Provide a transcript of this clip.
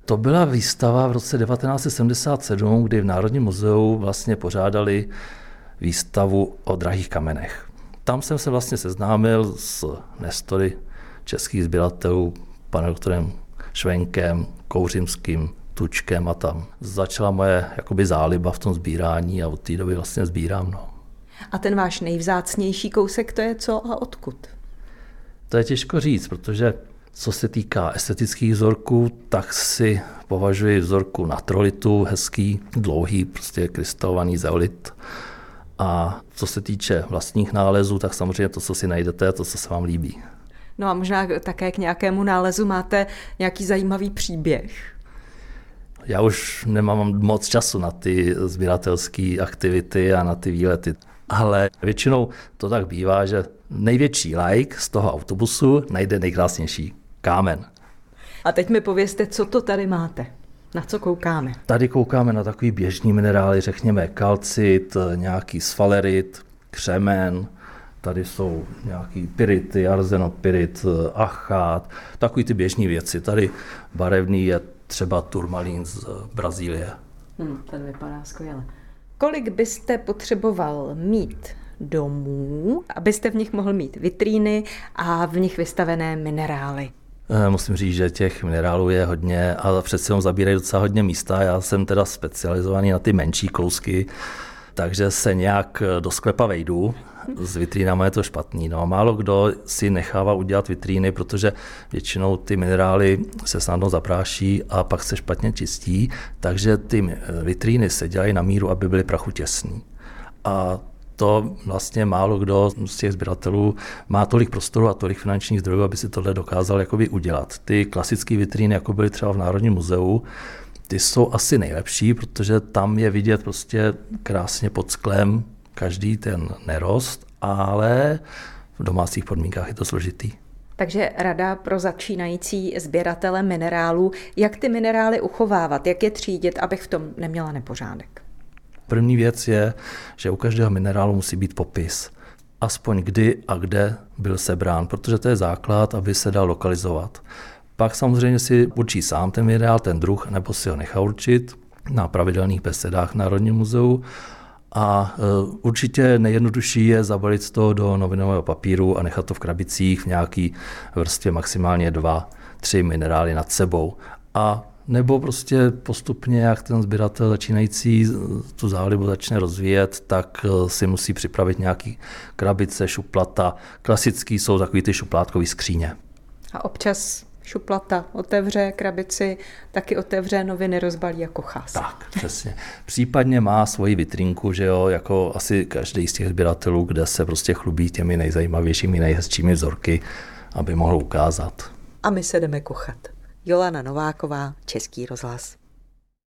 To byla výstava v roce 1977, kdy v Národním muzeu vlastně pořádali výstavu o drahých kamenech. Tam jsem se vlastně seznámil s nestory českých sběratelů, panem doktorem Švenkem, Kouřimským, Tučkem a tam začala moje jakoby záliba v tom sbírání a od té doby vlastně sbírám. No. A ten váš nejvzácnější kousek, to je co a odkud? To je těžko říct, protože co se týká estetických vzorků, tak si považuji vzorku natrolitu, hezký, dlouhý, prostě krystalovaný zeolit. A co se týče vlastních nálezů, tak samozřejmě to, co si najdete, to, co se vám líbí. No a možná také k nějakému nálezu máte nějaký zajímavý příběh. Já už nemám moc času na ty sběratelské aktivity a na ty výlety. Ale většinou to tak bývá, že největší like z toho autobusu najde nejkrásnější kámen. A teď mi povězte, co to tady máte. Na co koukáme? Tady koukáme na takový běžný minerály, řekněme kalcit, nějaký sfalerit, křemen, tady jsou nějaký pyrity, arzenopyrit, achát, takový ty běžný věci. Tady barevný je třeba turmalín z Brazílie. Ten vypadá skvěle. Kolik byste potřeboval mít domů, abyste v nich mohl mít vitríny a v nich vystavené minerály? Musím říct, že těch minerálů je hodně a přece jenom zabírají docela hodně místa. Já jsem teda specializovaný na ty menší kousky, takže se nějak do sklepa vejdu. S vitrínama je to špatný. No, málo kdo si nechává udělat vitríny, protože většinou ty minerály se snadno zapráší a pak se špatně čistí, takže ty vitríny se dělají na míru, aby byly prachutěsný. A to vlastně málo kdo z těch sběratelů má tolik prostoru a tolik finančních zdrojů, aby si tohle dokázal jakoby udělat. Ty klasické vitríny, jako byly třeba v Národním muzeu, ty jsou asi nejlepší, protože tam je vidět prostě krásně pod sklem každý ten nerost, ale v domácích podmínkách je to složitý. Takže rada pro začínající sběratele minerálů, jak ty minerály uchovávat, jak je třídit, abych v tom neměla nepořádek. První věc je, že u každého minerálu musí být popis. Aspoň kdy a kde byl sebrán, protože to je základ, aby se dal lokalizovat. Pak samozřejmě si určí sám ten minerál, ten druh, nebo si ho nechá určit na pravidelných besedách v Národním muzeu. A určitě nejjednodušší je zabalit to do novinového papíru a nechat to v krabicích v nějaký vrstvě maximálně 2-3 minerály nad sebou. A nebo prostě postupně, jak ten sběratel začínající tu zálibu začne rozvíjet, tak si musí připravit nějaký krabice, šuplata. Klasický jsou takový ty šuplátkový skříně. A občas šuplata otevře krabici, taky otevře noviny, rozbalí jako chás. Tak, přesně. Případně má svoji vitrínku, že jo, jako asi každý z těch sběratelů, kde se prostě chlubí těmi nejzajímavějšími, nejhezčími vzorky, aby mohl ukázat. A my se jdeme kochat. Jolana Nováková, Český rozhlas.